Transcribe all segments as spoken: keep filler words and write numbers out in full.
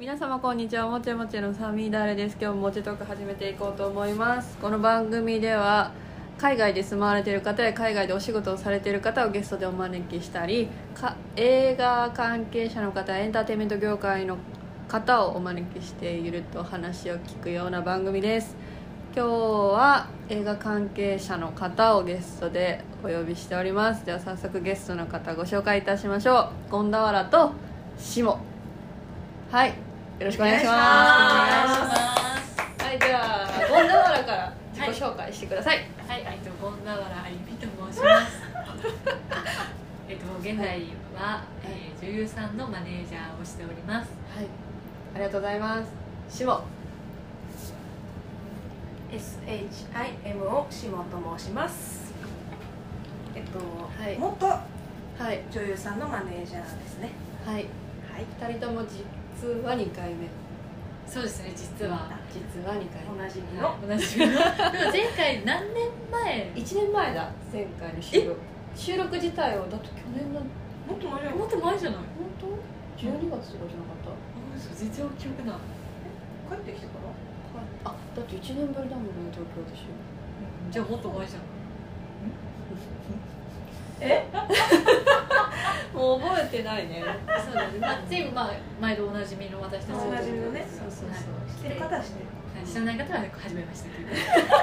皆様こんにちは、もちもちのサミーダーレです。今日ももちトーク始めていこうと思います。この番組では海外で住まわれている方や海外でお仕事をされている方をゲストでお招きしたり、か映画関係者の方、エンターテインメント業界の方をお招きしてゆるっと話を聞くような番組です。今日は映画関係者の方をゲストでお呼びしております。では早速ゲストの方ご紹介いたしましょう。権田原と下、はい、よろしくお願いします。はい、では権田原から自己紹介してください。 はい、はい、えっと権田原あゆみと申しますえっと現在は、えー、女優さんのマネージャーをしております。 はい、ありがとうございます。下、 エスエイチアイエム を下と申します。えっと、 はい、 元はい、 女優さんのマネージャーですね。 はい、 はい、 ふたりとも実はにかいめ。 そうですね、実は実はにかいめ、 おなじみの、 同じみのでも前回何年前いちねんまえだ。前回の収録収録自体はだって去年のもっと前じゃん。 もっと前じゃない？ 本当じゅうにがつとかじゃなかった？ 全然記憶ない。 帰ってきてからあ、だっていちねんぶりだもんね、東京でしょ。 じゃあもっと前じゃん。 えもう覚えてないね。 そうですね、まあ、全部、まあ、毎度おなじみの私たちおなじみのね。 そうそうそう、 はい、 知ってる方は知ってる。 はい、知らない方は初めましてという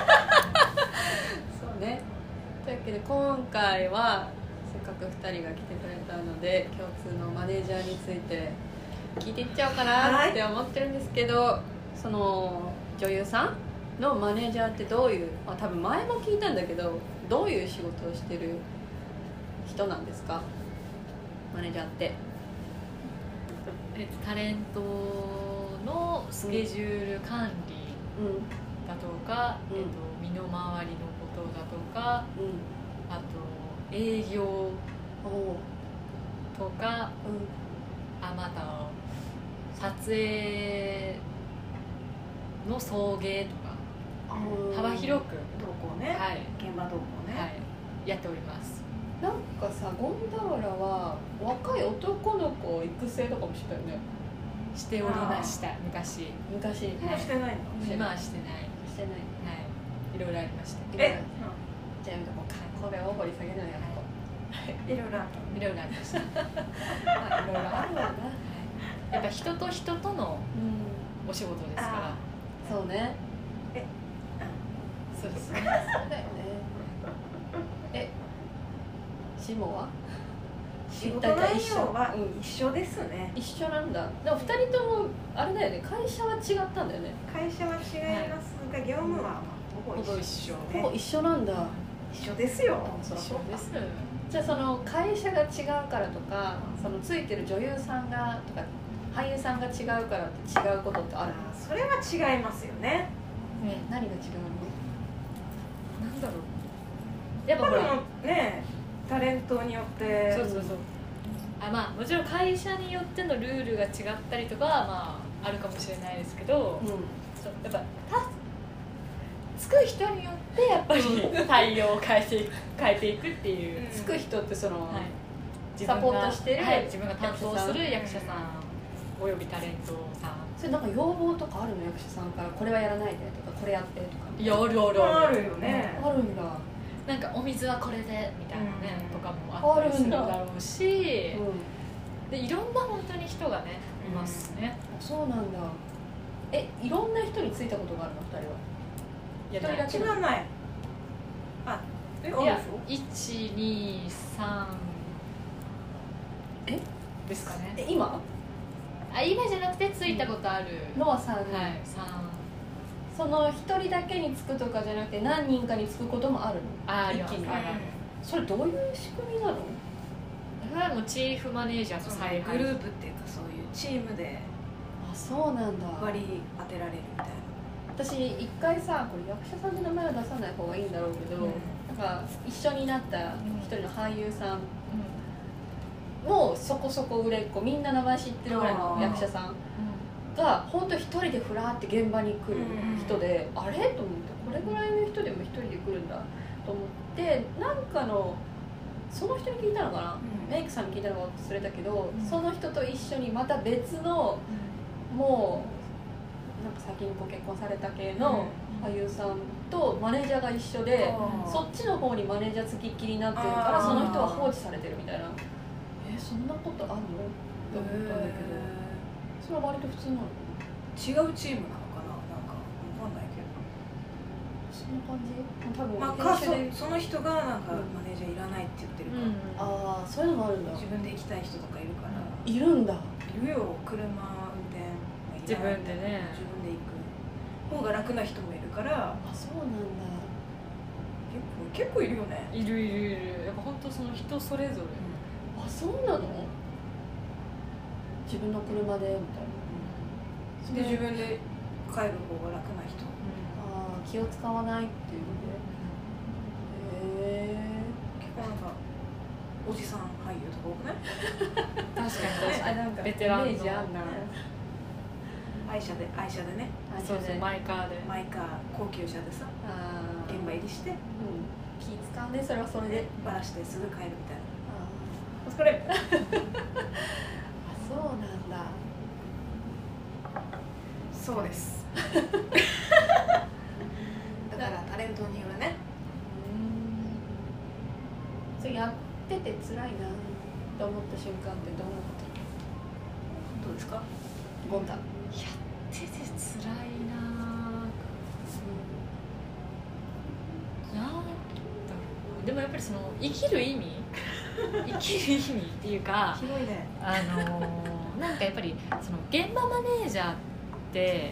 そうね。というわけで今回はせっかくふたりが来てくれたので、共通のマネージャーについて聞いていっちゃおうかなって思ってるんですけど、はい、その女優さんのマネージャーってどういう、まあ、多分前も聞いたんだけど、どういう仕事をしてる人なんですか、マネージャーって。 えっと、タレントのスケジュール管理だとか、うん、えっと、身の回りのことだとか、うん、あと営業とか、うん、あまた撮影の送迎とか、幅広く同行ね、はい、現場同行ね、 はい、やっております。 なんかさ、権田原は若い男の子育成とかもしてたよね。 しておりました、昔昔。 今してないの？ 今はしてないしてない、 はい、いろいろありました。 え、 じゃあやめとこうか、これを掘り下げるのやめとこう。 いろいろあった。 いろいろありましたまあいろいろあるわな。 やっぱ人と人とのお仕事ですから。 そうね。 え、 そうですね。 そうだよね。え、下は仕事内容は一緒ですね。 一緒なんだ。でもふたりともあれだよね、会社は違ったんだよね。 会社は違いますが、業務はほぼ一緒。 ほぼ一緒なんだ。 一緒ですよ。 一緒です。 じゃあその会社が違うからとか、そのついてる女優さんがとか俳優さんが違うからって違うことってある？ それは違いますよね。 ね、何が違うの？なんだろう。やっぱほらね、タレントによって。 そうそうそう。あ、まあもちろん会社によってのルールが違ったりとかはまああるかもしれないですけど、うん、そうやっぱたつく人によってやっぱり対応を変えていく変えていくっていう。 つく人ってその、はい、 サポートしてる、 はい、自分が担当する役者さんおよびタレントさん。 それなんか要望とかあるの、役者さんからこれはやらないでとかこれやってとか。 いや、あるあるあるよね。 あるんだ。 なんかお水はこれでみたいなね、うん、とかもあったりするだろうし、うん、でいろんな本当に人がね、いますね。 うん、そうなんだ。え、いろんな人についたことがあるの、ふたりは？ いや、一人だけない。あ、え、 いや、いち、に、さんえですかね。 え、今？ あ、今じゃなくてついたことあるのはさんにん。 はい、さん。 そのひとりだけにつくとかじゃなくて何人かにつくこともあるの？ あ、一気に。 それどういう仕組みなの？ それはもうチーフマネージャーと采配、 グループっていうかそういうチームで。 あ、そうなんだ。 割り当てられるみたいな。 私一回さ、これ役者さんの名前は出さない方がいいんだろうけど、うん、なんか一緒になった一人の俳優さんもそこそこ売れっ子、みんな名前知ってるぐらいの役者さんが本当一人でふらーって現場に来る人で、うん、あれと思って、これぐらいの人でも一人で来るんだと思って、なんかのその人に聞いたのかな、うん、メイクさんに聞いたのか忘れたけど、うん、その人と一緒にまた別の、うん、もきにこう結婚された系の俳優さんとマネージャーが一緒で、うん、そっちの方にマネージャーつきっきりになってるからその人は放置されてるみたいな。えそんなことあるのって思ったんだけど、それは割と普通なの？ 違うチームなのかな、なんかわかんないけど、 そんな感じ。多分、 まあ、か そ, その人がなんかマネージャーいらないって言ってるから、うん、 ああそういうのもあるんだ。 自分で行きたい人とかいるから。 いるんだ。 いるよ、車運転自分でね、 自分で行く方が楽な人もいるから。 あ、そうなんだ。 結構結構いるよね。 いるいるいる。やっぱ本当その人それぞれ、 うん、あ、そうなの？自分の車でみたいな、 うん、で自分で帰る方が楽な人、うん、 ああ気を使わないっていうので、へえー、 結構なんかおじさん俳優とか多くない？ 確かに、 あ、なんかベテランのイメージあんな。 愛車で愛車でね、 そうそう、マイカーでマイカー高級車でさ、あ現場入りして、うん、 気使うね、それはそれでバラしてすぐ帰るみたいな。 あお疲れ。 あ、そうなんだ。 そうです。だからタレントによるね。 うん。それやってて辛いなと思った瞬間ってどんなこと？ どうですか？ ゴンタ。 やってて辛いな。うん、なんだろう。でもやっぱりその生きる意味、生きる意味っていうか、 広いね。 あのなんかやっぱりその現場マネージャーって、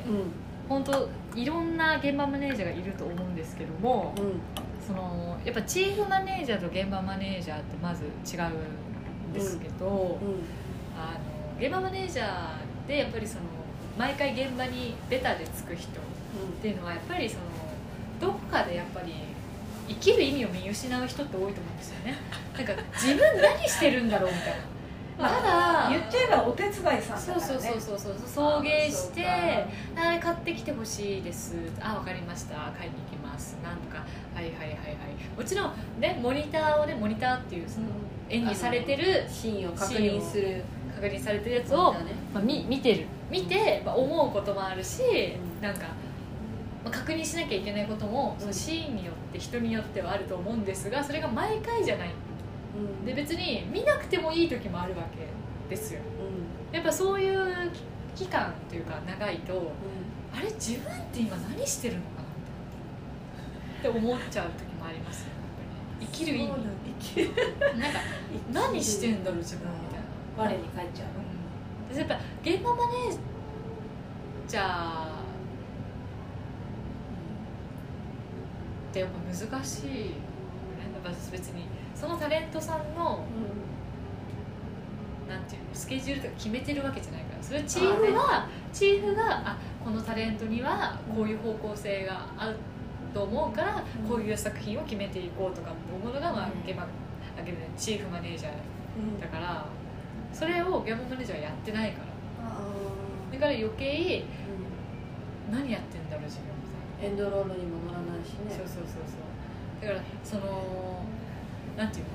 うん、本当いろんな現場マネージャーがいると思うんですけども、うん、そのやっぱチーフマネージャーと現場マネージャーってまず違うんですけど、うんうん、あの現場マネージャーでやっぱりその毎回現場にベタでつく人っていうのはやっぱりそのどこかでやっぱり生きる意味を見失う人って多いと思うんですよね。なんか自分何してるんだろうみたいな。ただ言っちゃえばお手伝いさんだからね。 そうそうそうそうそう送迎してあれ買ってきてほしいですあ分かりました買いに行きますなんとかはいはいはいはいもちろんねモニターをねモニターっていうその演技されてるシーンを確認する確認されてるやつを、ねまあ、見, 見てる見て、まあ、思うこともあるし、うん、なんか、まあ、確認しなきゃいけないことも、うん、そのシーンによって人によってはあると思うんですがそれが毎回じゃない。で別に見なくてもいい時もあるわけですよ、うん、やっぱそういう期間というか長いと、うん、あれ自分って今何してるのかなって思っちゃう時もありますよ、やっぱり、ね、生きる意味生きるなんか何してんだろう自分みたいな我に返っちゃう、 うん、やっぱ現場マネージャーってやっぱ難しい、やっぱ別にそのタレントさんの、うん、なんていうのスケジュールとか決めてるわけじゃないからそれチーフが、ね、チーフがあこのタレントにはこういう方向性があると思うから、うん、こういう作品を決めていこうとかって思うのが、まあうん、現場チーフマネージャーだから、うん、それを現場マネージャーはやってないからだから余計、うん、何やってんだろう自分みたいなエンドロールにも乗らないしねそうそうそうそうだからそのなんていう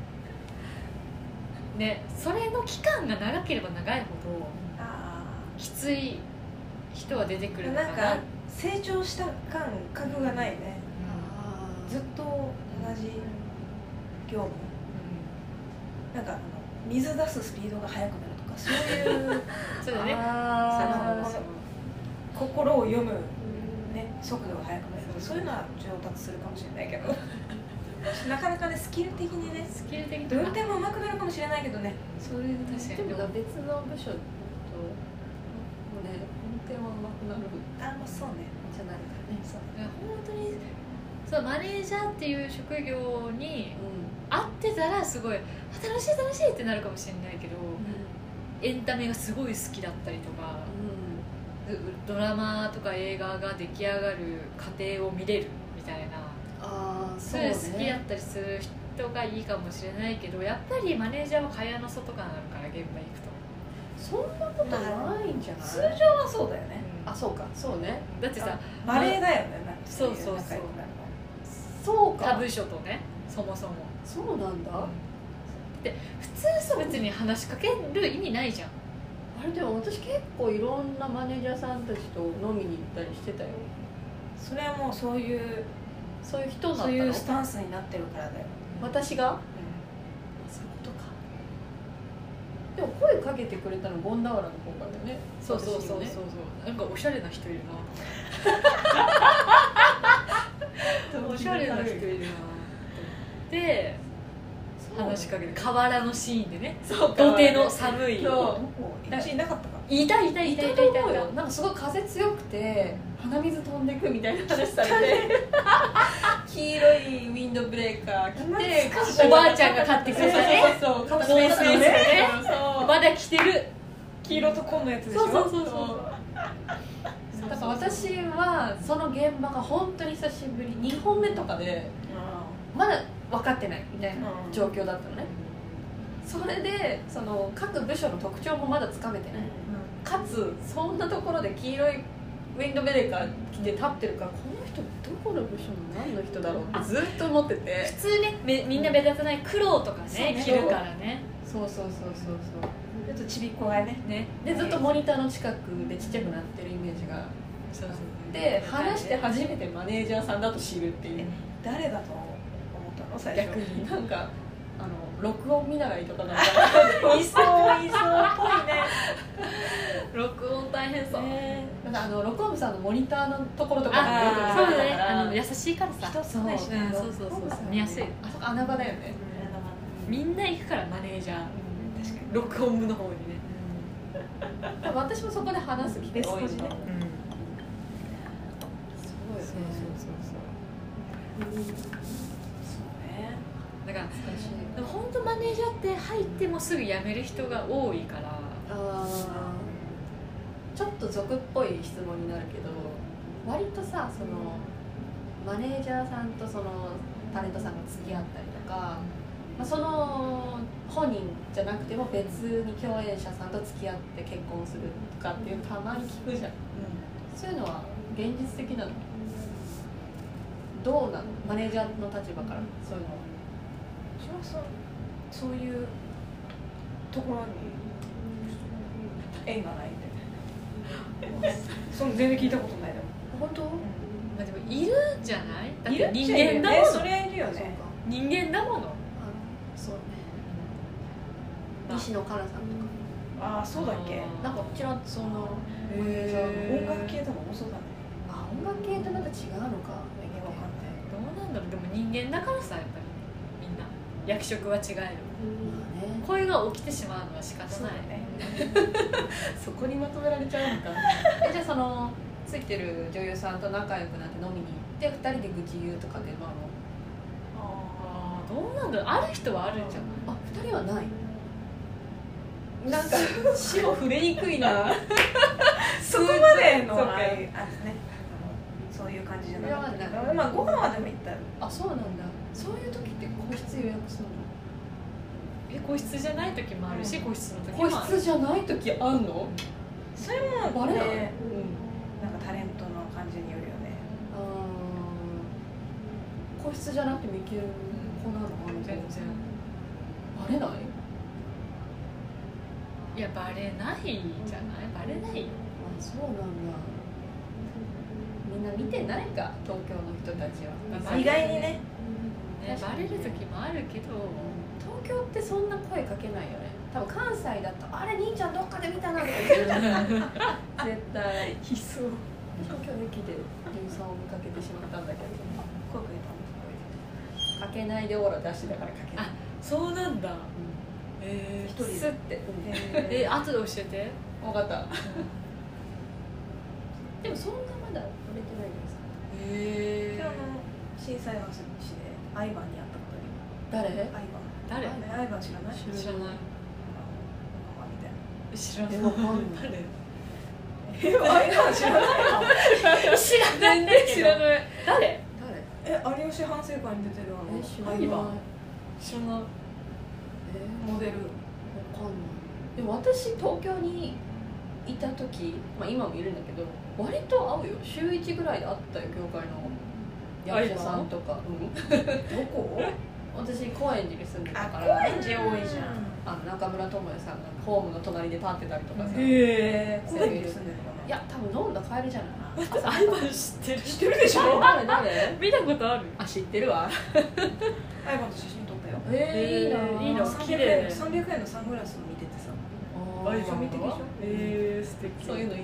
のね、それの期間が長ければ長いほどきつい人は出てくるのかな。 なんか成長した感覚がないね、うん、ずっと同じ業務、うん、なんかあの水出すスピードが速くなるとかそういうそうだね心を読む、ね、速度が速くなるとかそういうのは上達するかもしれないけどなかなかねスキル的にねスキル的に運転も上手くなるかもしれないけどねそれ確かにでも別の部署ともね運転は上手くなるあまあそうねじゃないかねそう本当にそうマネージャーっていう職業に合ってたらすごい楽しい楽しいってなるかもしれないけど、うん、エンタメがすごい好きだったりとか、うん、ドラマとか映画が出来上がる過程を見れるみたいなあそういう好きだったりする人がいいかもしれないけどやっぱりマネージャーは蚊帳の外かなるから現場行くとそんなことないんじゃない、 通常はそうだよね、 うん、あそうかそうねだってさバレエだよねそうそうそうそうか他部署とねそもそもそうなんだ、うん、 で普通さ別に話しかける意味ないじゃんあれでも私結構いろんなマネージャーさんたちと飲みに行ったりしてたよ。 それはもうそういうそういう人だったの？ そういうスタンスになってるからだよ。 私が、うん、そういうことか。でも声かけてくれたのゴンダワラの方からだよね。 そうそうそうそうそう、なんかおしゃれな人いるなおしゃれな人いるなで話しかけて河原のシーンでね、 そう土手の寒い、 そううちいなかったかいたいたいいたいたたと思うよ。なんかすごい風強くて鼻水飛んでくみたいな話されて黄色いウィンドブレーカー着ておばあちゃんが買ってくれたね、 そうそうそう、 ノースフェイスね、 そうまだ着てる黄色と紺のやつでしょ。 そうそうそうそうだから私はその現場が本当に久しぶり、にほんめとかでまだ分かってないみたいな状況だったのね。それでその各部署の特徴もまだつかめてない、かつそんなところで黄色いウィンドブレーカー着て立ってるから、この人どこの部署の何の人だろうってずっと思ってて、 普通ねめみんな目立たない黒とかねそう着るからね、 そうそうそうそうそうちょっとちびっこがねねでずっとモニターの近くでちっちゃくなってるイメージがそうそうで、話して初めてマネージャーさんだと知るっていう。 誰だと思ったの最初。 逆になんかあの録音見習いとかなんかいそういそうっぽいね。 録音大変そう、 ねなんかあの録音部さんのモニターのところとかもよくあそうだね、あの優しいからさ、 人少ないしね。 うんそうそうそうそう見やすい、 あそこ穴場だよね。 みんな行くからマネージャー、 確かに録音部の方にね、 多分私もそこで話す機会多いの。 別個人ねすごいよね。 そうね。 だから難しい。 でも本当マネージャーって入ってもすぐ辞める人が多いからあちょっと俗っぽい質問になるけど、割とさそのマネージャーさんとそのタレントさんが付き合ったりとか、まあ、その本人じゃなくても別に共演者さんと付き合って結婚するとかっていうたまに聞くじゃん。そういうのは現実的なの？どうなの？マネージャーの立場からそういうのは。 私はそうそういうところに縁がないんでその全然聞いたことないでも。 本当？ まあでもいるんじゃない？だっいるて人間だもの、 それはいるよね。 人間だもの。 あそうね。西野カナさんとか。 ああそうだっけ。 なんかちらっとその音楽系とかもそうだね。 あ音楽系とまた違うのか。 わかんない。 どうなんだろう。でも人間だからさ、やっぱりみんな役職は違える、 まあね。 恋が起きてしまうのは仕方ないね。 そこにまとめられちゃうのか。えじゃあそのついてる女優さんと仲良くなって飲みに行ってふたりで愚痴言うとかでまあああどうなんだろう。ある人はあるんじゃない。 あふたりはない。なんか死を触れにくいな。 そこまでのそうかあれあれね。そういう感じじゃなかったけいやど、まあご飯はでも行ったら。 あそうなんだ。そういう時って個室予約するの？ え個室じゃない時もあるし、個室の時もある。 個室じゃない時あんの？ それもバレない？ ねうん。 なんかタレントの感じによるよね。 あ個室じゃなくてもいける子なのかな。 全然バレない？ いやバレないじゃない。バレないよ。 あそうなんだ。みんな見てないか東京の人たちは。 まあ意外にね。 ねバレる時もあるけど、 東京ってそんな声かけないよね。多分関西だとあれ兄ちゃんどっかで見たなとか言ってるじゃん。絶対。 悲壮。 東京駅でリンさんを見かけてしまったんだけど。 声かけたの。 かけないでオーラ出してたからかけない。 あそうなんだ。 うんえ一人でスッて。 え後で教えて。 分かった。でもそんなまだ売れてないですか。 へであの震災橋でアイバンに会ったことある。 誰？ アイバン。 誰？ アイバン知らない？ 知らない。知らない。 えわかんない。 誰？ え、アイバン知らないの？ 知らないね。知らない。誰？ え、有吉反省会に出てるあのえ知らない。 アイバン知らない。 えモデル。 わかんない。でも私東京にいた時、まあ今もいるんだけど、割と会うよ。週一ぐらいで会ったよ業界の役者さんとか。うん。 どこ？ 私高円寺に住んでたあ、 から。 高円寺多いじゃん。 あの中村智也さんがホームの隣で立ってたりとかさ、 へえそういう住んでるのかないや多分飲んだカエルじゃないあいま知ってる知ってるでしょ誰誰見たことあるあ知ってるわアイバンと写真撮ったよえー、いいなえーいいなさんびゃく綺麗えんさんびゃくえんのサングラスを見ててさアイバン見てでしょえー、素敵そういうのいいの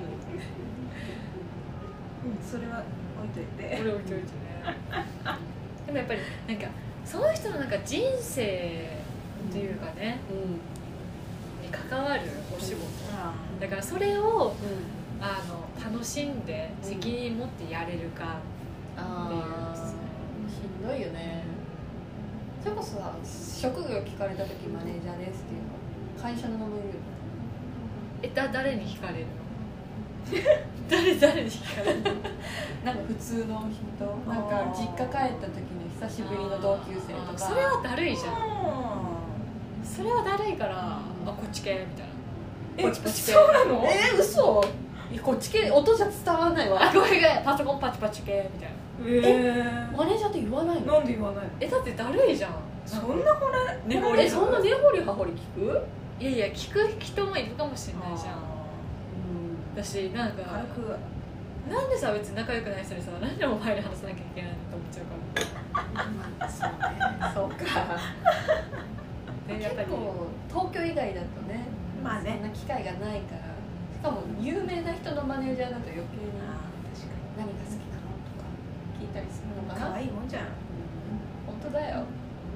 うんそれは置いといてこれ置いといてねでもやっぱりなんかその人のなんか人生というかね、 うんに関わるお仕事あだからそれをうんあの楽しんで責任持ってやれるかあーしんどいよねそれこそさ職業聞かれた時マネージャーですっていうの会社の名前言うのえだ誰に聞かれるの誰誰に聞かれるのなんか普通の人なんか実家帰った時の久しぶりの同級生とかそれはだるいじゃんあそれはだるいから、あこっち系みたいなえこっちこっち系そうなのえー、嘘いやこっち系音じゃ伝わらないわあごめんごめんパソコンパチパチ系みたいなえマネージャーって言わないのなんで言わないのえだってだるいじゃんそんなほら根掘りえそんな根掘り葉掘り聞くいやいや聞く人もいるかもしれないじゃん私なんか軽くなんでさ別に仲良くない人にさ何でも前で話さなきゃいけないのって思っちゃうからそうねそうかでやっぱり結構東京以外だとねまあねそんな機会がないからしかも有名な人のマネージャーだと余計にあ確か何が好きかなとか聞いたりするのかなに可愛いもんじゃん本当だよ、 ね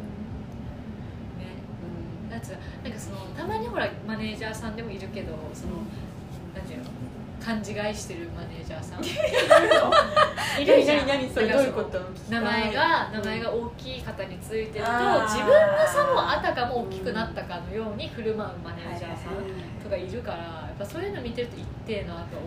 なんつうのなんかそのたまにほらマネージャーさんでもいるけどそのなんていうの勘違いしてるマネージャーさんいるじゃん何それなんかどういうこと名前が名前が大きい方についてるとあー自分がさもあたかも大きくなったかのように振る舞うマネージャーさんとかいるからやっぱそういうの見てると一定なと思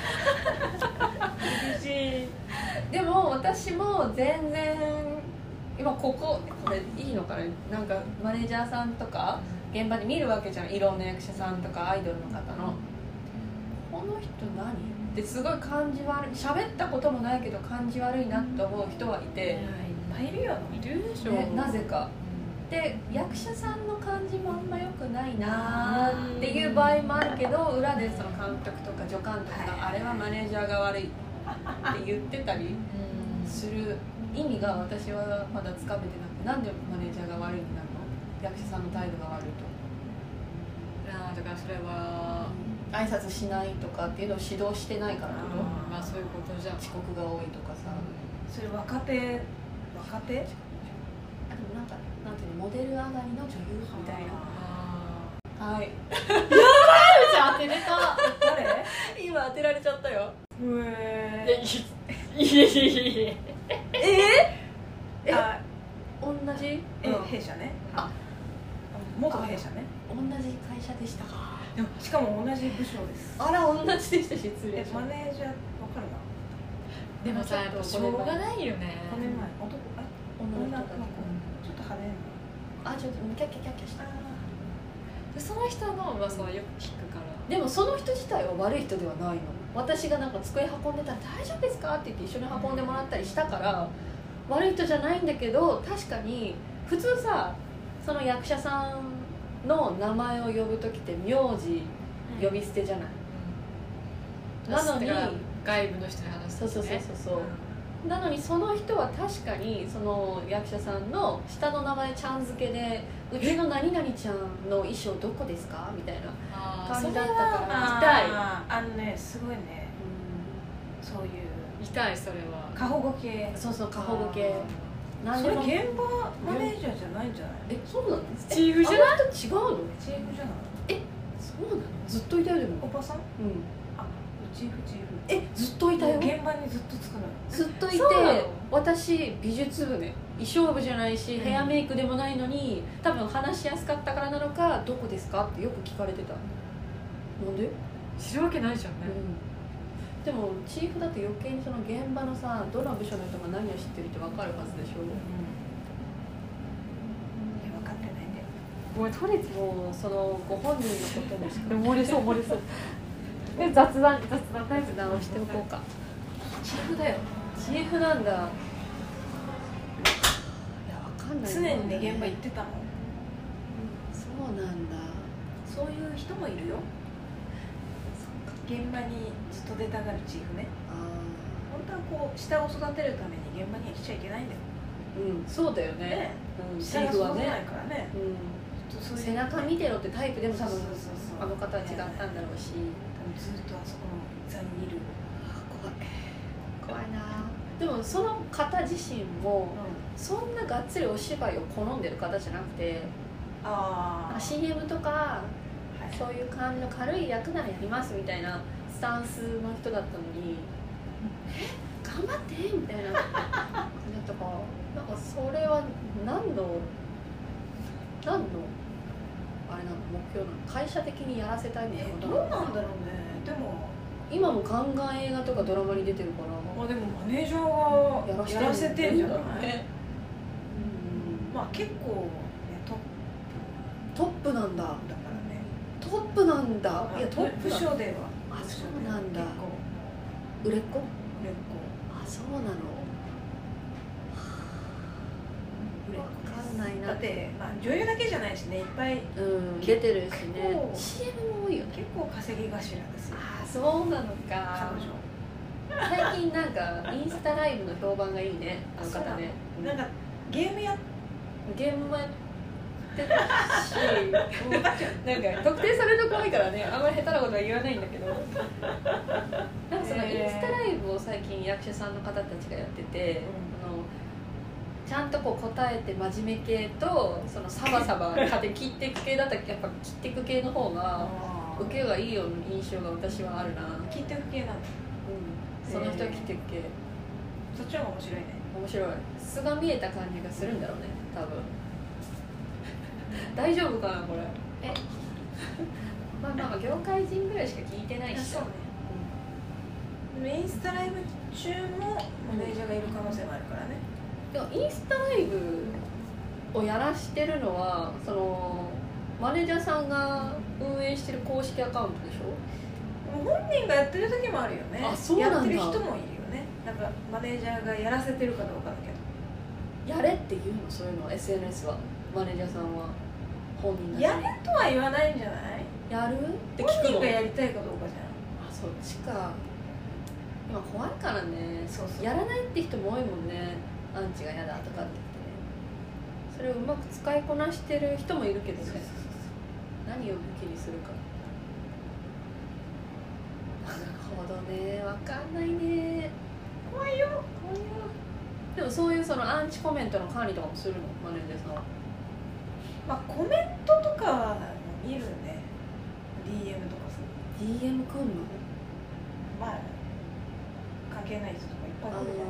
う厳しいでも私も全然今こここれいいのかななんかマネージャーさんとか現場で見るわけじゃんいろんな役者さんとかアイドルの方のこの人何ってすごい感じ悪い喋ったこともないけど感じ悪いなって思う人はいて、 いっぱいいるよけどいるでしょ、 ね、なぜかで役者さんの感じもあんま良くないなっていう場合もあるけど裏でその監督とか助監督があれはマネージャーが悪いって言ってたりうんする意味が私はまだつかめてなくてなんでマネージャーが悪いになるの役者さんの態度が悪いとあーだからそれは挨拶しないとかっていうのを指導してないからってことまあそういうことじゃん遅刻が多いとかさそれ若手若手あでもなんかなんていうのモデル上がりの女優みたいなあはいーじゃあ当てれた誰今当てられちゃったよへいやいやいやいやええあ同じえうん弊社ねあ元弊社ね同じ会社でしたかでもしかも同じ部署ですあら同じでした失礼えマネージャーわかるなでもさやっぱしょうがないよねごねんまえ男あ女の人だ女の子ちょっと派手なあちょっとキャッキャキャッキャしたでその人の噂はよく聞くからでもその人自体は悪い人ではないの私がなんか机運んでたら大丈夫ですかって言って一緒に運んでもらったりしたから悪い人じゃないんだけど確かに普通さその役者さんの名前を呼ぶ時って名字呼び捨てじゃない、なのにだから外部の人に話すそうそうそうそうそうなのにその人は確かにその役者さんの下の名前ちゃん付けでうちの何々ちゃんの衣装どこですかみたいなあー感じそれはだったから痛いあーあのねすごいねそういう痛いそれは過保護系そうそう過保護系何それでも現場マネージャーじゃないんじゃないえそうなのチーフじゃないあの人違うのチーフじゃないそうなのずっといたよでもおばさんうんあチーフチーフえずっといたよ現場にずっとつくのよずっといてそうなの私美術部ね衣装部じゃないしうんヘアメイクでもないのに多分話しやすかったからなのかどこですかってよく聞かれてたなんで、 知るわけないじゃんね、 うん、でもチーフだって余計にその現場のさどの部署の人が何を知ってるって分かるはずでしょ、 いや分かってないんだよごめんとりあえずもうそのご本人のこともしかでも漏れそう漏れそうえ雑談雑談タイプ直しておこうかチーフだよチーフなんだいや分かんない常にね現場行ってたのそうなんだ。 そういう人もいるよ。現場にずっと出たがるチーフね。 あ本当はこう下を育てるために現場には来ちゃいけないんだよ。 うん、そうだよね。 ね、 うん、 下が育てないからね。 うん、 そういう背中見てろってタイプでも多分そうそうそうそうあの方は違ったんだろうし、 多分ずっとあそこの座にいる。 怖い怖いな。でもその方自身もそんながっつりお芝居を好んでる方じゃなくて、 ああシーエム とかはいそういう感じの軽い役ならやりますみたいなスタンスの人だったのに、え頑張ってみたいな感じだったから、なんかそれは何の何のあれなの目標なの、会社的にやらせたいみたいなえことどうなんだろうね。でも今もガンガン映画とかドラマに出てるから、 まあでもマネージャーがやらせてんじゃない。 ね、うん、 まあ結構ねトットップなんだ。 プだからね。 トップなんだ。いやトップ部だ。 署ではあ、そうなんだ。 結構売れっ子？ 売れっ子あ、そうなの。 売れっわ子かんないな。 だってまあ女優だけじゃないしね、いっぱいうん、出てるしね結構。 シーエム も多いよね。 結構稼ぎ頭ですよあ、そうなの彼か。 女。 最近なんかインスタライブの評判がいいね、あの方ね。 なんかゲームやっゲームもやってたし、なんか特定されると怖いからね、あんまり下手なことは言わないんだけど、なんかそのインスタライブを最近役者さんの方たちがやってて、あのちゃんとこう答えて真面目系とそのサバサバ勝手に切っていく系だったらやっぱ切っていく系の方が受けがいいような印象が私はあるな。 切っていく系なの。 うん、その人は切っていく系。 そっちの方が面白いね。 面白い。素が見えた感じがするんだろうね、多分。大丈夫かなこれ。えまあまあまあ業界人ぐらいしか聞いてないし。 そうね。インスタライブ中もマネージャーがいる可能性もあるからね。 でもインスタライブをやらしてるのはそのマネージャーさんが運営してる公式アカウントでしょ。 本人がやってる時もあるよね。 あ、そうなんだ。 やってる人もいるよね。なんかマネージャーがやらせてるかどうかだけど。 やれって言うの、そういうの エスエヌエス はマネージャーさんは本人たちにやれとは言わないんじゃない？ やるって聞本人くの。 がやりたいかどうかじゃん。 あ、そっちか。今怖いからね。 そうそうやらないって人も多いもんね。アンチが嫌だとかって言ってね。それをうまく使いこなしてる人もいるけどね。何を武器にするか。なるほどね、わかんないね。 怖いよ。 怖いよ。でもそういうそのアンチコメントの管理とかもするの、マネージャーさんは。 まあコメントとかは見るね。ディーエム とかさ。 ディーエム 来んの？ まあ関係ない人とかいっぱいいるから。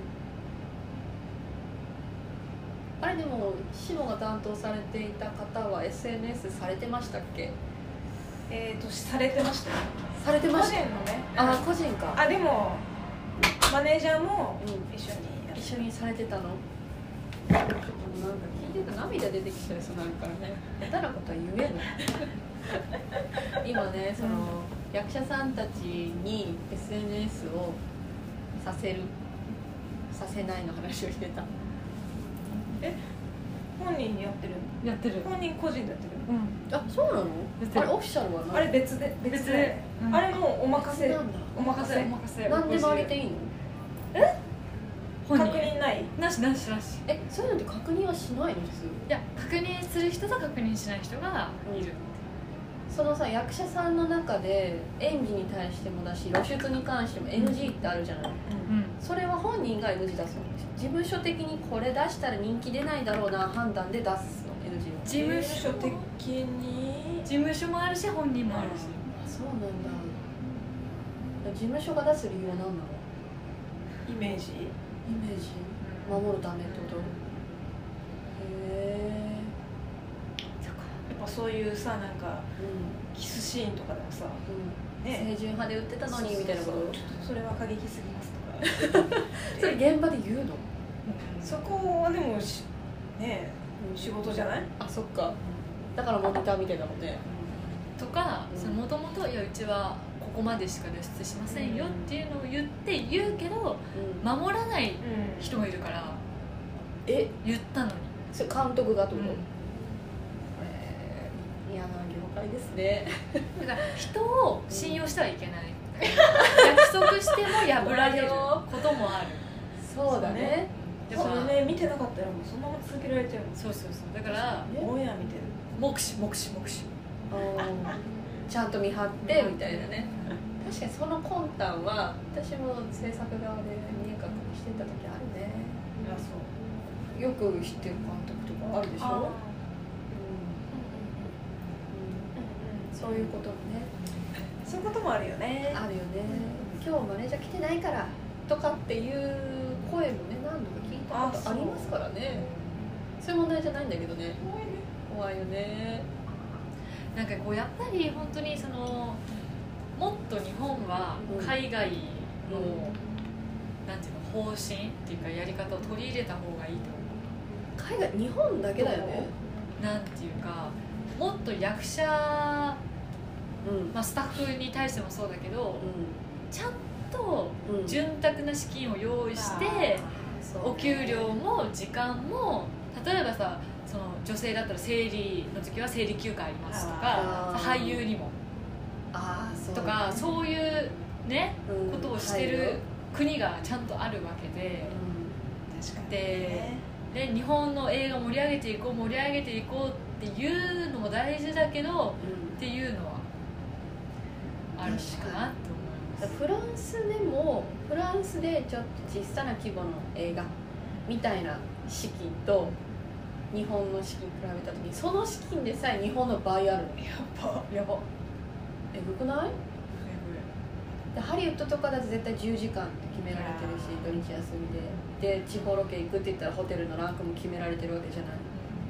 あれでもシモが担当されていた方は エスエヌエス されてましたっけ？ えーとされてましたよ。 されてました。 個人のね。 あ、個人か。 あでもマネージャーもうん一緒にやって一緒にされてたの。なんか聞いてた涙出てきちゃいそうになるからね。下手なことは言えない今ね、その、うん、役者さんたちに エスエヌエス をさせるさせないの話をしてた。 え、本人にやってる？ やってる。 本人個人でやってる？ うん。 あ、そうなの？あれオフィシャルは何？ あれ別で別で、うん、あれもうお任せなんだ。 お任せお任せ。 なんで回りていいの？ え？ 確認ない？ なしなしなし。 え、そういうのって確認はしないの普通？ いや、確認する人と確認しない人がいる。 うん、そのさ、役者さんの中で演技に対してもだし露出に関しても エヌジー ってあるじゃない、うんうん、それは本人が エヌジー 出すの？事務所的にこれ出したら人気出ないだろうな判断で出すの？ エヌジー を事務所的に事務所もあるし本人もあるし、 あ、そうなんだ。事務所が出す理由は何なの？ イメージイメージ守るためってこと？へえ。 やっぱそういうさ、なんか、うん、キスシーンとかでもさ、 うん、ね、清純派で売ってたのにみたいなこと。 ちょっとそれは過激すぎますとかそれ現場で言うの？ うん、そこはでもしね、うん、仕事じゃない？ あ、そっか。だからモニターみたいだもんね。 とか、もともといやうちはここまでしか露出しませんよっていうのを言って言うけど、うん、守らない人もいるから、 え、 言ったのに。 それ監督がってこと？ うん、 えー、 嫌な業界ですね。 だから人を信用してはいけない、約束しても破られることもある。 そうだね。 でもそれね見てなかったらもうそのまま続けられちゃう。 そうそうそう。だからオンエア見てる。 目視目視目視。 ちゃんと見張ってみたいなね。確かにその魂胆は私も制作側で見え隠れしてた時あるね。 あ、そう。 よく知ってる監督とかあるでしょ。そういうこともね。 そういうこともあるよね。 あるよね。今日マネージャー来てないからとかっていう声もね何度か聞いたことありますからね。そういう問題じゃないんだけどね。怖いね。怖いよね。 なんかこうやっぱり本当にそのもっと日本は海外の、うん、なんていうの方針っていうかやり方を取り入れた方がいいと思う。 海外日本だけだよね。 なんていうかもっと役者、うんまあ、スタッフに対してもそうだけど、うん、ちゃんと潤沢な資金を用意して、うん、お給料も時間も例えばさその女性だったら生理の時は生理休暇ありますとか俳優にもあそう、ね、 とかそういうね、うん、ことをしてる国がちゃんとあるわけで、 うん、確かに、 で, で日本の映画盛り上げていこう盛り上げていこうっていうのも大事だけど、うん、っていうのはあるかなって思います。 フランスでもフランスでちょっと小さな規模の映画みたいな資金と日本の資金比べた時にその資金でさえ日本の倍あるの。やばやばえぐくない？でハリウッドとかだと絶対じゅうじかんって決められてるし土日休みでで地方ロケ行くって言ったらホテルのランクも決められてるわけじゃない。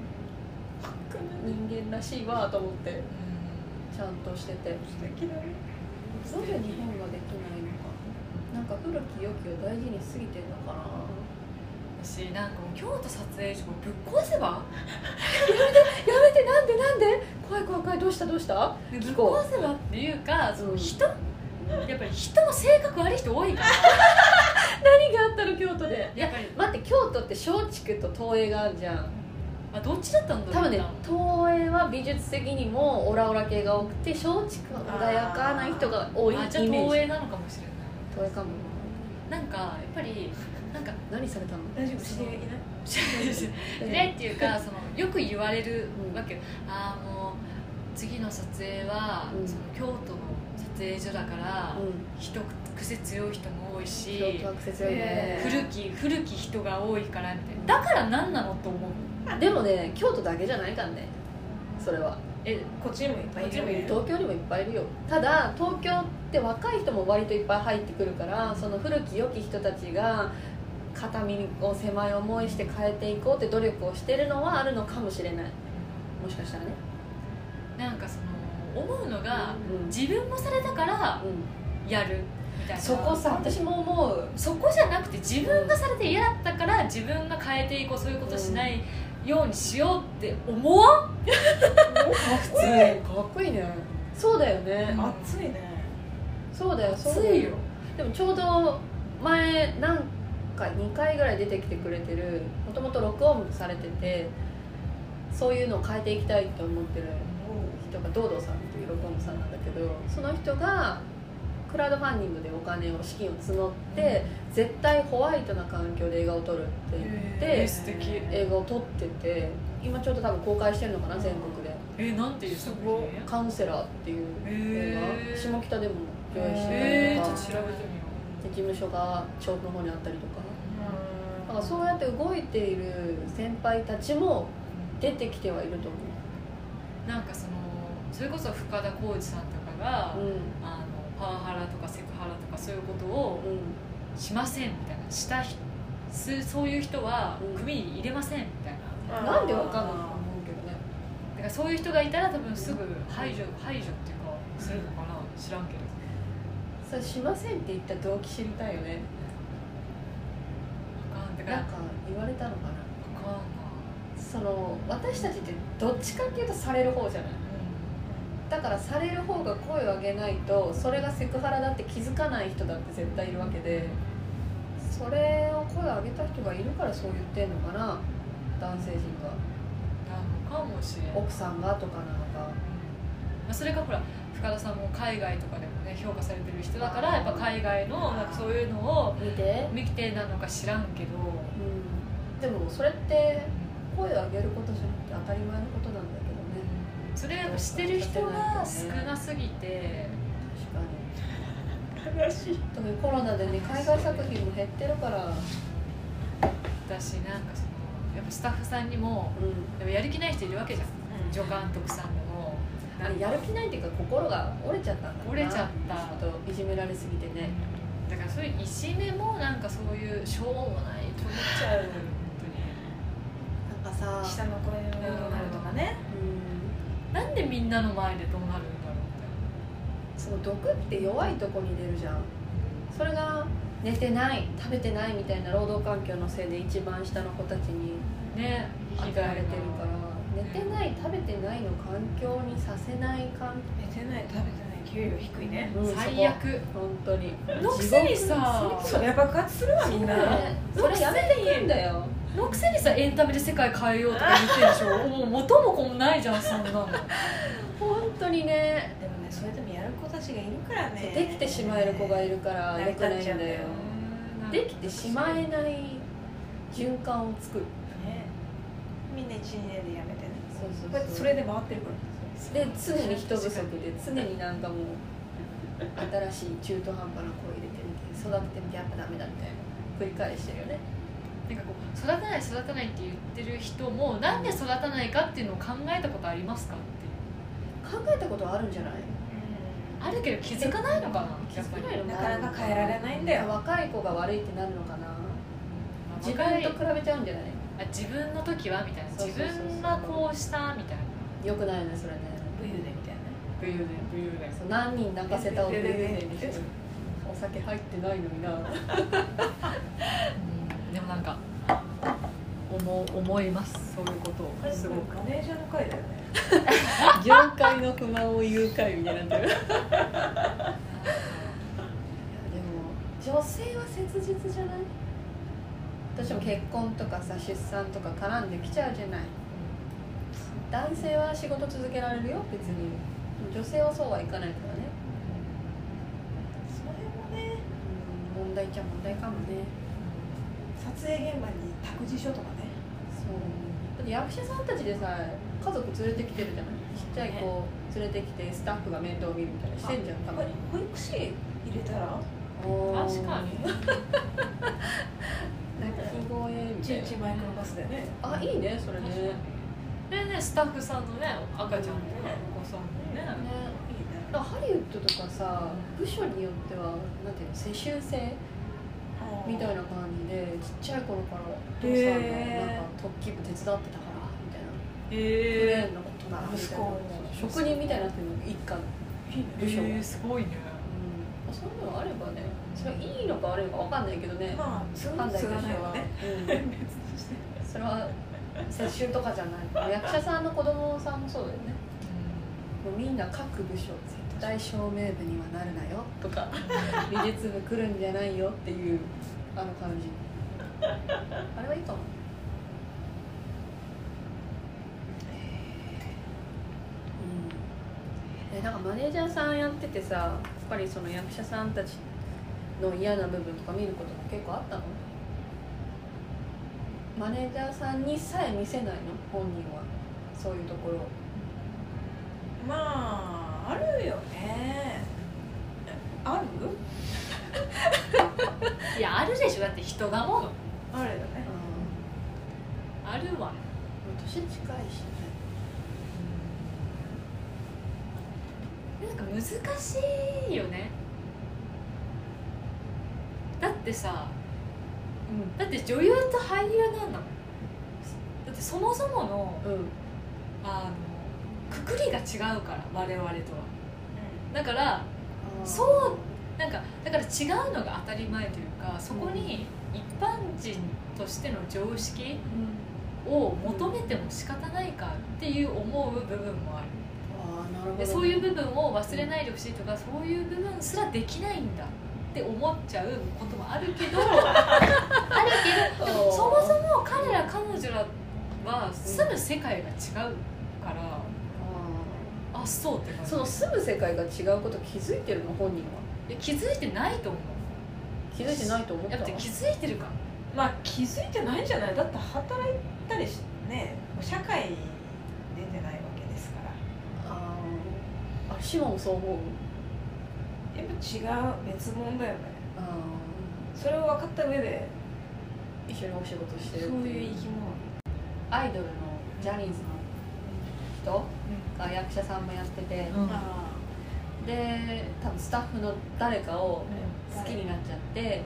人間らしいわと思ってちゃんとしてて素敵だね。 なぜ日本はできないのか。なんか古き良きを大事にしすぎてんのかな。 私なんかもう京都撮影所ぶっ壊せばやめてやめてなんでなんで怖い怖い怖いどうしたどうしたぶっ壊せばっていうかその人、うん、やっぱり人も性格悪い人多いから何があったの京都で。 やっぱり待って京都って松竹と東映があるじゃん。 あどっちだったんだろう。 多分ね東映は美術的にもオラオラ系が多くて松竹は穏やかな人が多いイメージ。 あじゃあ東映なのかもしれない。 東映かも。 なんかやっぱりなんか何されたの？ 大丈夫知り合いいない？ ねっていうかそのよく言われるわけよ、うん、ああもう次の撮影は、うん、その京都の撮影所だから、うん、人癖強い人も多いし京都は癖強いね、 古き古き人が多いからみたいな。だから何なのと思う。 でもね京都だけじゃないからねそれは。 えこっちにもいっぱいいるよ、 ね、東京にもいっぱいいるよ。ただ東京って若い人も割といっぱい入ってくるからその古き良き人たちが肩身を狭い思いして変えていこうって努力をしてるのはあるのかもしれない。もしかしたらね。 なんかその思うのが、うん、自分もされたからやるみたいな。 そこさ私も思う。 そこじゃなくて自分がされて嫌だったから自分が変えていこうそういうことしないようにしようって思わん？かっこいい。かっこいいね。そうだよね。 熱いね。 そうだよ。 熱いよ。 でもちょうど前なんにかいぐらい出てきてくれてるもともと録音されててそういうのを変えていきたいと思ってる人がドードーさんっていう録音さんなんだけどその人がクラウドファンディングでお金を資金を募って絶対ホワイトな環境で映画を撮るって言って素敵映画を撮ってて今ちょうど多分公開してるのかな全国で。 えー、なんていう作品？ カウンセラーっていう映画下北でも上映してたりとか、 えー、ちょっと調べてみよう。 で事務所が町の方にあったりとかだからそうやって動いている先輩たちも出てきてはいると思う。 なんかそのそれこそ深田浩二さんとかが、うん、あのパワハラとかセクハラとかそういうことをしませんみたいなしたそういう人は組に入れませんみたいな、 うん、なんでわかんないと思うけどね。 だからそういう人がいたら多分すぐ排除排除っていうかするのかな知らんけど。 それしませんって言った動機知りたいよね。なんか言われたのかな。 分かんない。 その私たちってどっちかっていうとされる方じゃない、うん、だからされる方が声を上げないとそれがセクハラだって気づかない人だって絶対いるわけでそれを声を上げた人がいるからそう言ってんのかな男性陣が。 なのかもしれない。 奥さんがとかなのか、 まあ、それがほら深田さんも海外とかでもね評価されてる人だからやっぱ海外のなんかそういうのを見て見てなのか知らんけど、 うん、でもそれって声を上げることじゃなくて当たり前のことなんだけどね。 それやっぱしてる人が少なすぎて、 確かに悲しい。特にコロナでね海外作品も減ってるから、 だしなんかそのやっぱスタッフさんにも、うん、でもやる気ない人いるわけじゃん、うん、助監督さんでもやる気ないっていうか心が折れちゃったんだな。 折れちゃったといじめられすぎてね、 だからそういういじめもなんかそういうしょうもないと思っちゃう本当になんかさ下の子でどうなるとかね、 うん、なんでみんなの前でどうなるんだろうみたいな。 その毒って弱いとこに出るじゃん。それが寝てない食べてないみたいな労働環境のせいで一番下の子たちにね与えられてるから、寝てない食べてないの環境にさせない環境。 寝てない食べてない給料低いね、 うん、最悪本当にのくせにさそりゃ爆発するわみんな、 ね、それやめていいんだよ。 のくせにさエンタメで世界変えようとか言ってるでしょもう元も子もないじゃんそんなの本当にね。 でもねそれでもやる子たちがいるからね。 できてしまえる子がいるからよくないんだよ。できてしまえない循環を作る、 ね、みんないちにねんでやめてね。 そうそうそう、 それで回ってるからで常に人不足で常になんかもう新しい中途半端な子を入れてみて育ててみてやっぱダメだみたいな繰り返してるよね。 なんかこう育てない育てないって言ってる人もなんで育たないかっていうのを考えたことありますかって考えたことはあるんじゃない？ あるけど気づかないのかな。 気づかないのなかなか変えられないんだよ。 若い子が悪いってなるのかな。自分と比べちゃうんじゃない？ あ自分の時はみたいな、自分がこうしたみたいな。 よくないよねそれね。 武勇伝みたいなね。 武勇伝武勇伝。 そう何人泣かせたを武勇伝にしてる。お酒入ってないのにな。 うん、でもなんか思思いますそういうことを。 すごくマネージャーの会だよね。 業界の不満を言う会みたいになってる。でも女性は切実じゃない？私も結婚とかさ出産とか絡んできちゃうじゃない。男性は仕事続けられるよ別に。女性はそうはいかないからね。 それもね、 うん、問題っちゃ問題かもね。 撮影現場に託児所とかね。 そうだって役者さんたちでさ家族連れてきてるじゃない。ちっちゃい子連れてきてスタッフが面倒見るみたいなしてんじゃんたまに。 保育士入れたら確かになんかすごいみたいな。 ちマイクロバスでね。 あいいねそれね。 でねスタッフさんのね赤ちゃんとかお子さんもね。 ねだからハリウッドとかさ部署によってはなんていうの世襲制みたいな感じでちっちゃい頃からお父さんがなんか特技部手伝ってたからみたいな。 へえー、のことならみたいな職人みたいになってるの一家の部署が、 えー、すごいね、 うん、そういうのがあればねそれはいいのか悪いのか分かんないけどね、 まあそういうの判断としては、 ね、 うん、それは世襲とかじゃない役者さんの子供さんもそうだよね、もうみんな各部署絶対照明部にはなるなよとか美術部来るんじゃないよっていうあの感じあれはいいかも。えなんかマネージャーさんやっててさやっぱりその役者さんたちの嫌な部分とか見ることも結構あったの？マネージャーさんにさえ見せないの本人はそういうところ。 まああるよね。ある？ いやあるでしょだって人がものあるよね。 あるわ。 年近いしね。 なんか難しいよね。だってさ、うん、だって女優と俳優なんだもん。だってそもそもの、うん、あのくくりが違うから我々とは、うん、だからそうなんかだから違うのが当たり前というかそこに一般人としての常識を求めても仕方ないかっていう思う部分もある。でそういう部分を忘れないでほしいとかそういう部分すらできないんだって思っちゃうこともあるけどあるけどでもそもそも彼ら彼女らは住む世界が違うから、うん、あ, あそうって感じ。 その住む世界が違うこと気づいてるの本人は。 いや気づいてないと思う。 気づいてないと思った。 だって気づいてるか。 まあ気づいてないんじゃない。だって働いたりしてね、社会に出てないわけですから。 ああ、あ、シモもそう思う。 やっぱ違う、別物だよね。 あ、 それを分かった上で一緒にお仕事してるそういう生き物。 アイドルのジャニーズの人が役者さんもやってて、うん、で多分スタッフの誰かを好きになっちゃって、うん、あの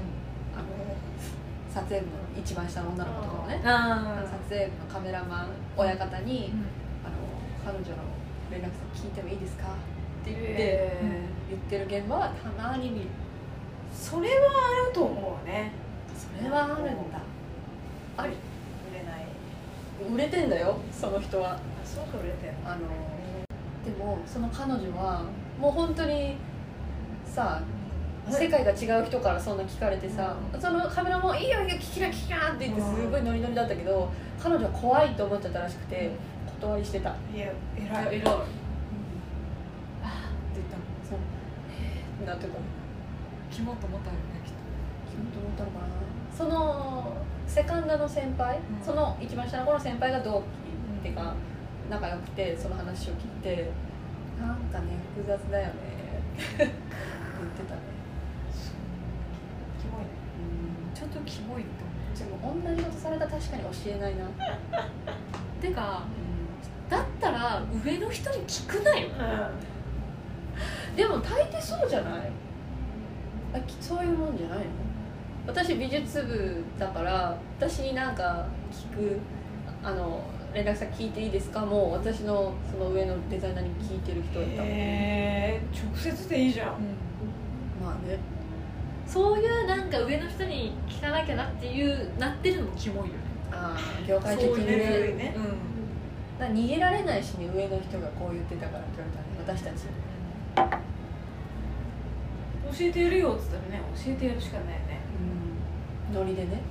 撮影部の一番下の女の子とかもね、撮影部のカメラマン親方に、うん、あの彼女の連絡先聞いてもいいですかって言って、えー、言ってる現場はたまに見る。 それはあると思うね。 それはあるんだ。あり。 売れない。 売れてんだよ、その人は。 そうか、売れてん。 あのでもその彼女はもう本当にさ、世界が違う人からそんな聞かれてさ、うん、そのカメラもいいよいいよ聞きな聞きなって言ってすごいノリノリだったけど、彼女は怖いと思っちゃったらしくて断りしてた。 いや、偉い偉い、うん、あーって言ったの。 そう、えー、なってた。 キモと思ったよね、きっと。 キモと思ったのかな。そのセカンドの先輩、うん、その一番下の子の先輩が同期っていうか仲良くて、その話を聞いてなんかね複雑だよねって言ってたね。 キモいね。 うん、ちょっとキモいって思う。でも同じことされたら確かに教えないなてか、うん、だったら上の人に聞くなよ、 うん、でも大抵そうじゃない？あ、そういうもんじゃないの？私美術部だから私になんか聞く、あの連絡先聞いていいですかもう私のその上のデザイナーに聞いてる人だったもん。 へー、直接でいいじゃん、うん、 まあね、 そういうなんか上の人に聞かなきゃなっていうなってるのもキモいよね。 ああ、業界的にね。そういうね、うん、だから逃げられないしね、上の人がこう言ってたからって言われたね、私たち。 教えてやるよっつったらね、教えてやるしかないよね、 うん、ノリでね。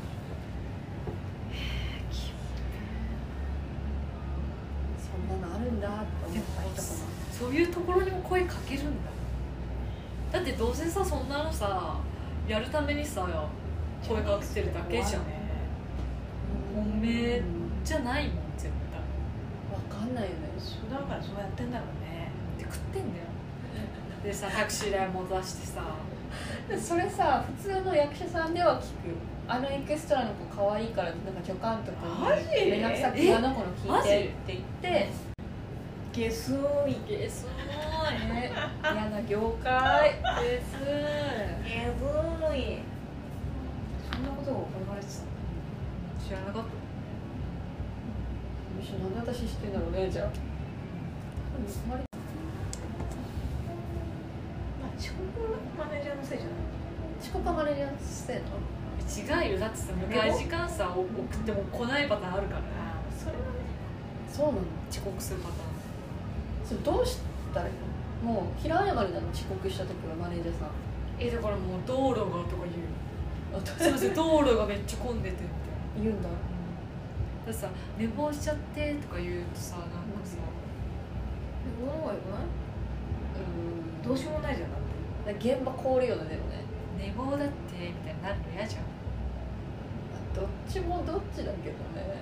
そんなのあるんだって思った人かな。 そういうところにも声かけるんだ。だってどうせさ、そんなのさやるためにさ声かけてるだけじゃん、ね、本命じゃないもん絶対。 分かんないよね。 そうだからそうやってんだろうね。 で食ってんだよでさ、タクシー代も出してさそれさ、普通の役者さんでは聞く。あのエキストラの子可愛いからなんか助監督に連絡先あの子の聞いてって言ってゲスいゲスいね、嫌な業界ゲスゲスい。そんなことを言われてた。 知らなかった。 むしろなんで私知ってんだろうね。じゃあ遅刻マネージャーのせいじゃない？ 遅刻マネージャーのせいなの？ 違うよ。だってさ、向かい時間さ送っても来ないパターンあるから。 あ、それはね。 そうなの？ 遅刻するパターン。 それどうしたらいいの？もう平謝りなの？遅刻した時はマネージャーさん。 え、だからもう道路がとか言う。すいません、道路がめっちゃ混んでてみたいな。 言うんだ。 だってさ、寝坊しちゃってとか言うとさ、なんかさ、 寝坊の方がよくない？うん。どうしようもないじゃん。だって。 現場凍るよね、でもね。 寝坊だってみたいになるの嫌じゃん。 どっちもどっちだけどね。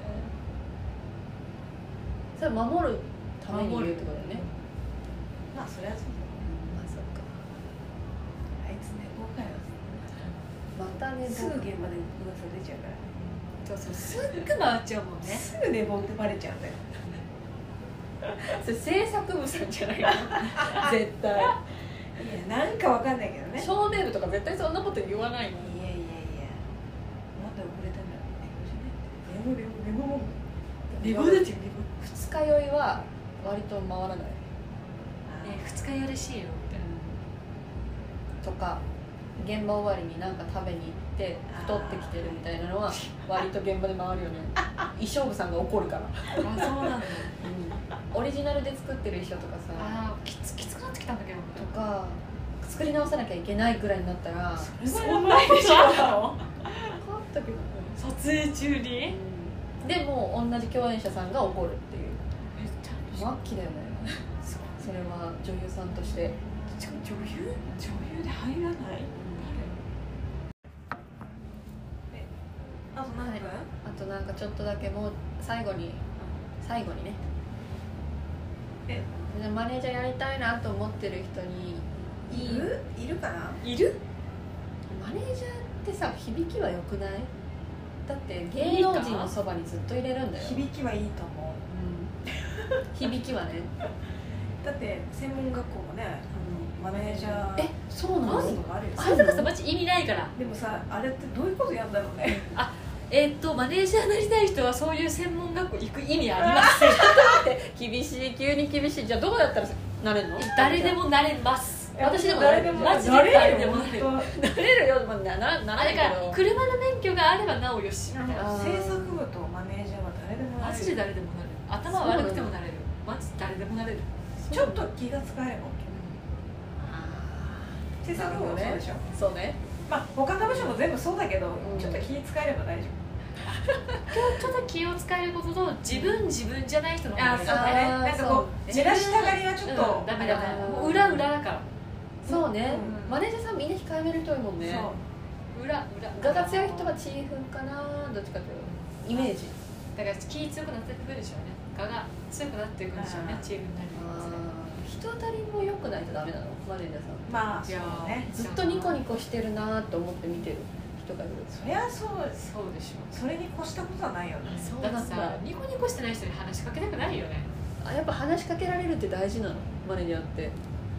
それ守るために言うってことだよね。 まあそれはそうだ。 まあそっか。 あいつ寝坊かよ。 また寝坊。 すぐ現場で噂出ちゃうから。 そうそう、すぐ回っちゃうもんね。 すぐ寝坊ってバレちゃうんだよ。 それ制作部さんじゃないの絶対。いや、 なんかわかんないけどね。 照明部とか絶対そんなこと言わないの。 いやいやいや、まだ遅れたんだ。寝坊寝坊寝坊も寝坊だって。 二日酔いは割と回らない。 ね、二日酔いらしいよって。 とか現場終わりに何か食べに行って太ってきてるみたいなのは割と現場で回るよね。衣装部さんが怒るから。あ、 そうなんだ、うん、 オリジナルで作ってる衣装とかさ、 あ、きつきつくなってきたんだけどとか作り直さなきゃいけないくらいになったら、 そんなにしょうなの？ 変わったけどね、 撮影中に、 うん、 でも同じ共演者さんが怒るっていうめっちゃ末期だよねそれは女優さんとして女優女優で入らない、えあと何分、 はい、あとなんかちょっとだけもう最後に最後にねえマネージャーやりたいなと思ってる人にいるいるかないるマネージャーってさ響きは良くない？だって芸能人のそばにずっと入れるんだよ。 響きはいいと思う、うん、響きはねだって専門学校もねあのマネージャーえそうなの？ とかあるよ。 あれとかさマジ意味ないから。 でもさあれってどういうことやんだろうねあえー、っとマネージャーになりたい人はそういう専門学校行く意味ありません厳しい急に厳しい。じゃあどうやったらなれるの？ 誰でもなれます私でも誰でもマジで誰誰でもなれるなれるよ。まあ、なななあれれるけどから車の免許があればなおよしあの制作部とマネージャーは誰でもなれる。 マジで誰でもなれる。頭悪くてもなれる。マジで誰でもなれる。 ちょっと気が使えば制作部もそうでしょ。 そうね。 まあ他の部署も全部そうだけど、 うんちょっと気使えれば大丈ちょっと気を使えることと自分自分じゃない人の夫。あ方そうがいい。 だね。なんかこうじらしたがりはちょっと、 うん、ダメダメあーもう裏裏だから。 そうね、 うんマネージャーさんみんな控えめる人多いもんね。 そう裏裏我が強い人はチーフンかな、どっちかというとイメージ。 だから気強くなってくるでしょうね。我が強くなっていくんでしょうね。チームになりますね。 人当たりも良くないとダメなのマネージャーさん。 まあそういやーね。 ずっとニコニコしてるなと思って見てる人がいる。 そりゃそうそうでしょう。 それに越したことはないよね。 そうだってなんださニコニコしてない人に話しかけたくないよね。 あ、やっぱ話しかけられるって大事なのマネージャーって。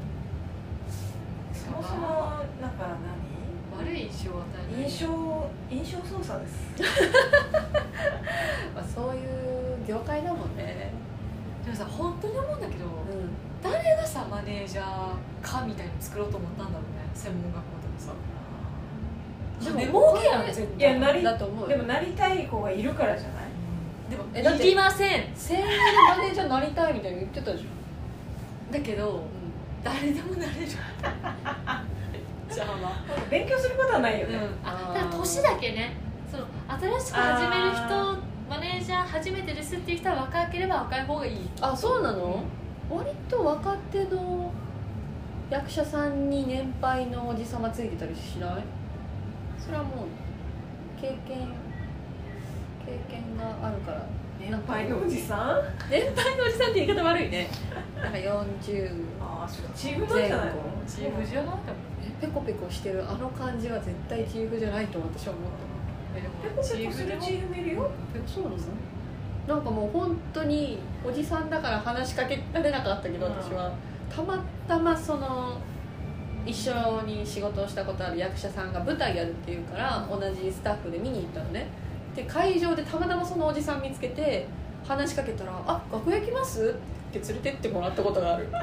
そもそもなんか悪い印象を与えない。 何印象印象操作ですまあそういう業界だもんね。 でもさ本当に思うんだけど、 う誰がさマネージャーかみたいに作ろうと思ったんだろうね。専門学校でもさ。 ん。 でも儲けやん絶対。 いやなりだと思うよ。 でもなりたい子がいるからじゃない。 でもえだっていりません。 声優でマネージャーになりたいみたいに言ってたじゃん。 だけど誰でもなれる。じゃあまあ。 勉強することはないよね、 うん、あだから年だけねその新しく始める人あマネージャー初めてですっていう人は若ければ若い方がいい。 あ、そうなの？割と若手の役者さんに年配のおじさまついてたりしない？それはもう経験経験があるから。 年配のおじさん。 年配のおじさんって言い方悪いね。なんかよんじゅうああそれチーフなんじゃないの。 チーフじゃないかも。 ペコペコしてるあの感じは絶対チーフじゃないと私は思っえでペコもチペコするーフでもチーフもいるよ。 た。そうなの？なんかもう本当におじさんだから話しかけられなかったけど、 うん私はたまたまその一緒に仕事をしたことある役者さんが舞台やるっていうから同じスタッフで見に行ったのね。で会場でたまたまそのおじさん見つけて話しかけたら「あ、楽屋行きます?」って連れてってもらったことがある。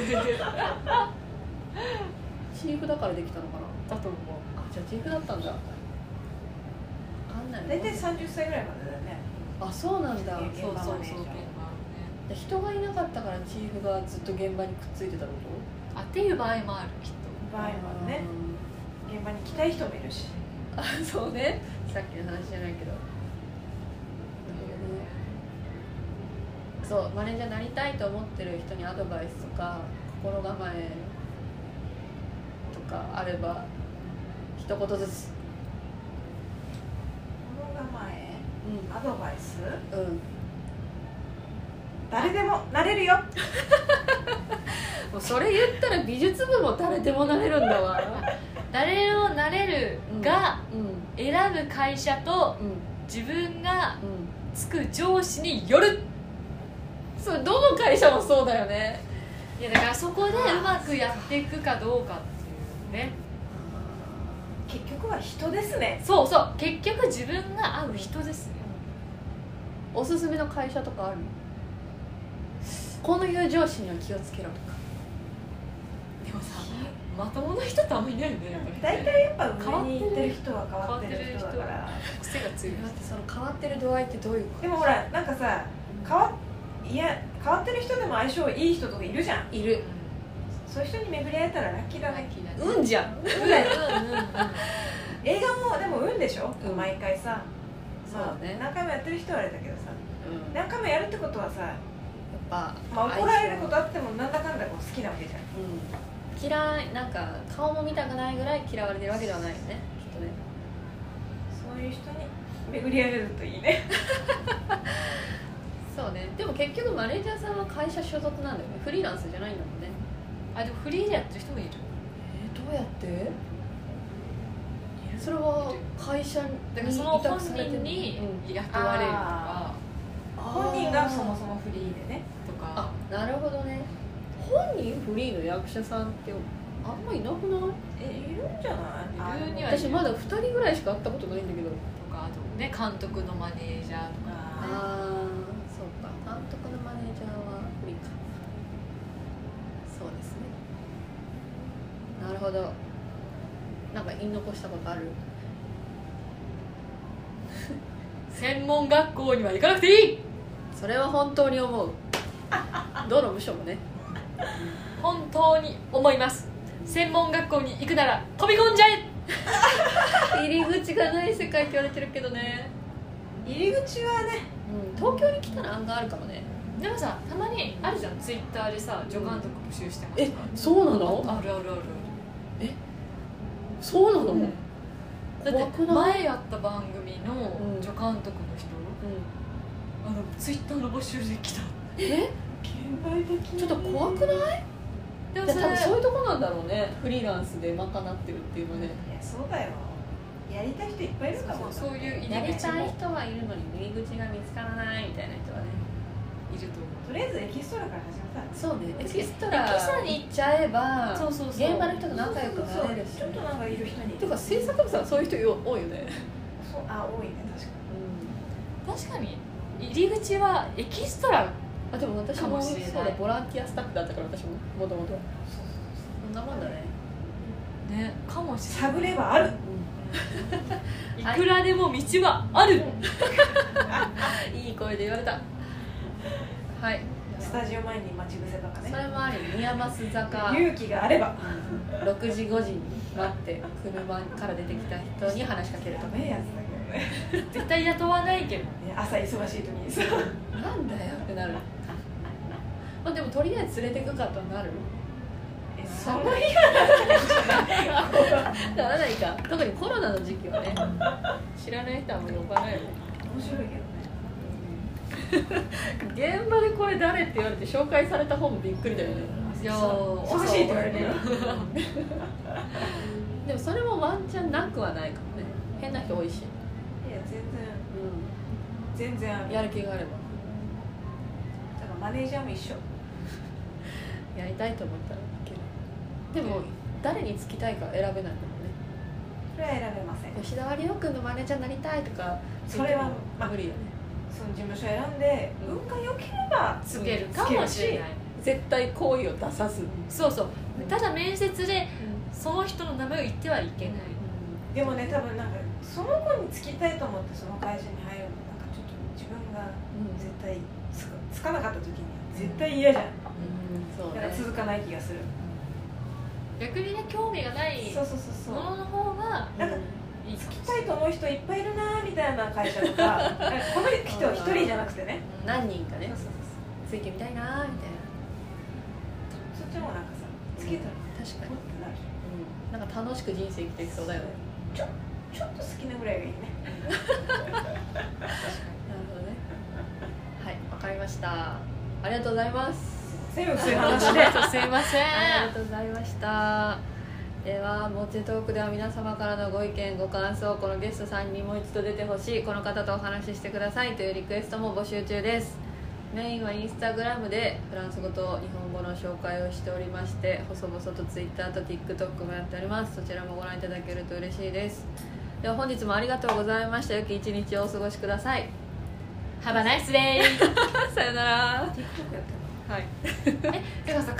チーフだからできたのかな。 だと思う。 あ、じゃあチーフだったんだ。わかんない。 大体さんじゅっさいぐらいまでだよね。 あ、そうなんだ。 現場そうそうそうマネージャー現場ね。 で人がいなかったからチーフがずっと現場にくっついてたこあっていう場合もあるきっと。 場合と？ もね現場に来たい人もいるし。 あー、そうね。さっきの話じゃないけど。そう、マネージャーになりたいと思ってる人にアドバイスとか心構えとかあれば一言ずつ。 心構え、 うアドバイス、 ん、うん、 誰でもなれるよ。 もうそれ言ったら美術部も誰でもなれるんだわ。 誰でもなれるがうん選ぶ会社とうん自分がうん。 つく上司による。 それどの会社もそうだよね。 いやだからそこでうまくやっていくかどうかっていうね。 結局は人ですね。 そうそう結局自分が合う人ですね。 おすすめの会社とかある？このいう上司には気をつけろとか。 でもさまともな人ってあんまりいないよね。 大体やっぱ上に行ってる人は変わってる人だ変わってるから。 癖が強い。 だってその変わってる度合いってどういうこと？ でもほらなんかさ変わいや変わってる人でも相性いい人とかいるじゃん。 いる。 そういう人に巡り会えたらラッキーだね。 うんじゃん。 運だよ。 うんうんうん映画もでも運でしょ、 うん毎回さまあそうね何回もやってる人はあれだけどさ、 うん、やっ何回もやるってことはさ、 ぱ、 まあ、怒られることあってもなんだかんだこう好きなわけじゃん。 うん、嫌い、なんか顔も見たくないぐらい嫌われてるわけではないよね、きっとね。 そういう人に巡り合えるといいね。 そうね。でも結局マネージャーさんは会社所属なんだよね。フリーランスじゃないんだもんね。 あ、でもフリーでやってる人もいる。 えー、どうやってそれは会社にだからその本人に雇われるとか、 本人がそもそもフリーでねとか。 あ、なるほどね。本人フリーの役者さんってあんまいなくない？ え、いるんじゃない？ いるには私まだふたりぐらいしか会ったことないんだけど。 とか、あとね、監督のマネージャーとか。 ああ、そうか。監督のマネージャーはフリーか。そうですね。なるほど。なんか言い残したことある？ 専門学校には行かなくていい。 それは本当に思う。どの部署もね。 本当に思います。専門学校に行くなら飛び込んじゃえ。 入り口がない世界って言われてるけどね。 入り口はね、 うん、東京に来たら案があるかもね。 でもさ、たまにあるじゃん、ツイッターでさ、助監督募集してます。 え、そうなの？ あるあるあるある。 え、そうなの？ うん、だ怖ってくない？ 前やった番組の助監督の人、 うん、 あのツイッターの募集で来た。 え、 現代的ちょっと怖くない？ でも多分そういうととこなんだろうね。フリーランスで賄ってるっていうのね。 いや、そうだよ。やりたい人いっぱいいるかも。 そういう入やりり口もたい人はいるのに入り口が見つからないみたいな人はね。 いると思う。 とりあえずエキストラから始めたら。 そうね。エキストエキストララに行っちゃえば、 そうそうそう現場の人と仲良くなれるし。 ちょっとなんかいる人に。 てか制作部さんそういう人多いよね。 そう、あ、多いね、確か確かに入り口はエキストラ。 あ、でも私もかもしれないそうだ、ボランティアスタッフだったから私ももともと。そんなもんだね。 ね、かもに。 しれない。 探ればある。 いくらでも道はある。 いい声で言われた。はい。 スタジオ前に待ち伏せとかね。 それもあり、宮益坂勇気があれば。 ろくじごじに待って車から出てきた人に話しかけるとか。 ダメやつだけどね。 絶対雇わないけど。 ね、朝忙しい時にさ。 なんだよってなる。まあでもとりあえず連れてくかとなる。 え、そんなならないか。特にコロナの時期はね、知らない人はもう呼ばないよね。 面白いけどね。 現場でこれ誰って言われて紹介された方もびっくりだよね。 いや忙しいって言われるよ。 でもそれもワンチャンなくはないかもね。変な人多いし、 いや、全然う全然あん、 る。 やる気があればだからマネージャーも一緒。 やりたいと思ったらいける。でも誰につきたいか選べないもんね。 それは選べません。 吉田有夫君のマネージャーになりたいとかそれはまあ無理よね。 その事務所選んで運が良ければつけるかもしれない。 絶対好意を出さず。 そうそう。ただ面接でその人の名前を言ってはいけない。 でもね、多分なんかその子に就きたいと思ってその会社に入るのなんかちょっと自分が絶対つかつかなかった時に絶対嫌じゃん。 うん、そうね。 だから続かない気がする。 逆にね、興味がないそうそうそうそう。 ものの方がなんかいいかもし就きたいと思う人いっぱいいるなみたいな会社とか、なんかこの人一人じゃなくてね。 何人かねそうそうそう。 ついてみたいなみたいな。 そっちもなんかさ、つけたら確かにポッてなる。 うん、なんか楽しく人生生きていきそうだよね。 ちょちょっと好きなぐらいがいいね。 なるほどね。はい、わかりました。ありがとうございます。 全部そういう話で。 れない。すいません。 ありがとうございました。ではモチトークでは皆様からのご意見ご感想、このゲストさんにもう一度出てほしい、この方とお話ししてくださいというリクエストも募集中です。メインはインスタグラムでフランス語と日本語の紹介をしておりまして、細々とツイッターと TikTok もやっております。そちらもご覧いただけると嬉しいです。では本日もありがとうございました。良き一日をお過ごしください。 Have a nice day. さよなら。 TikTok やってるの？ はい。 え、てかさ、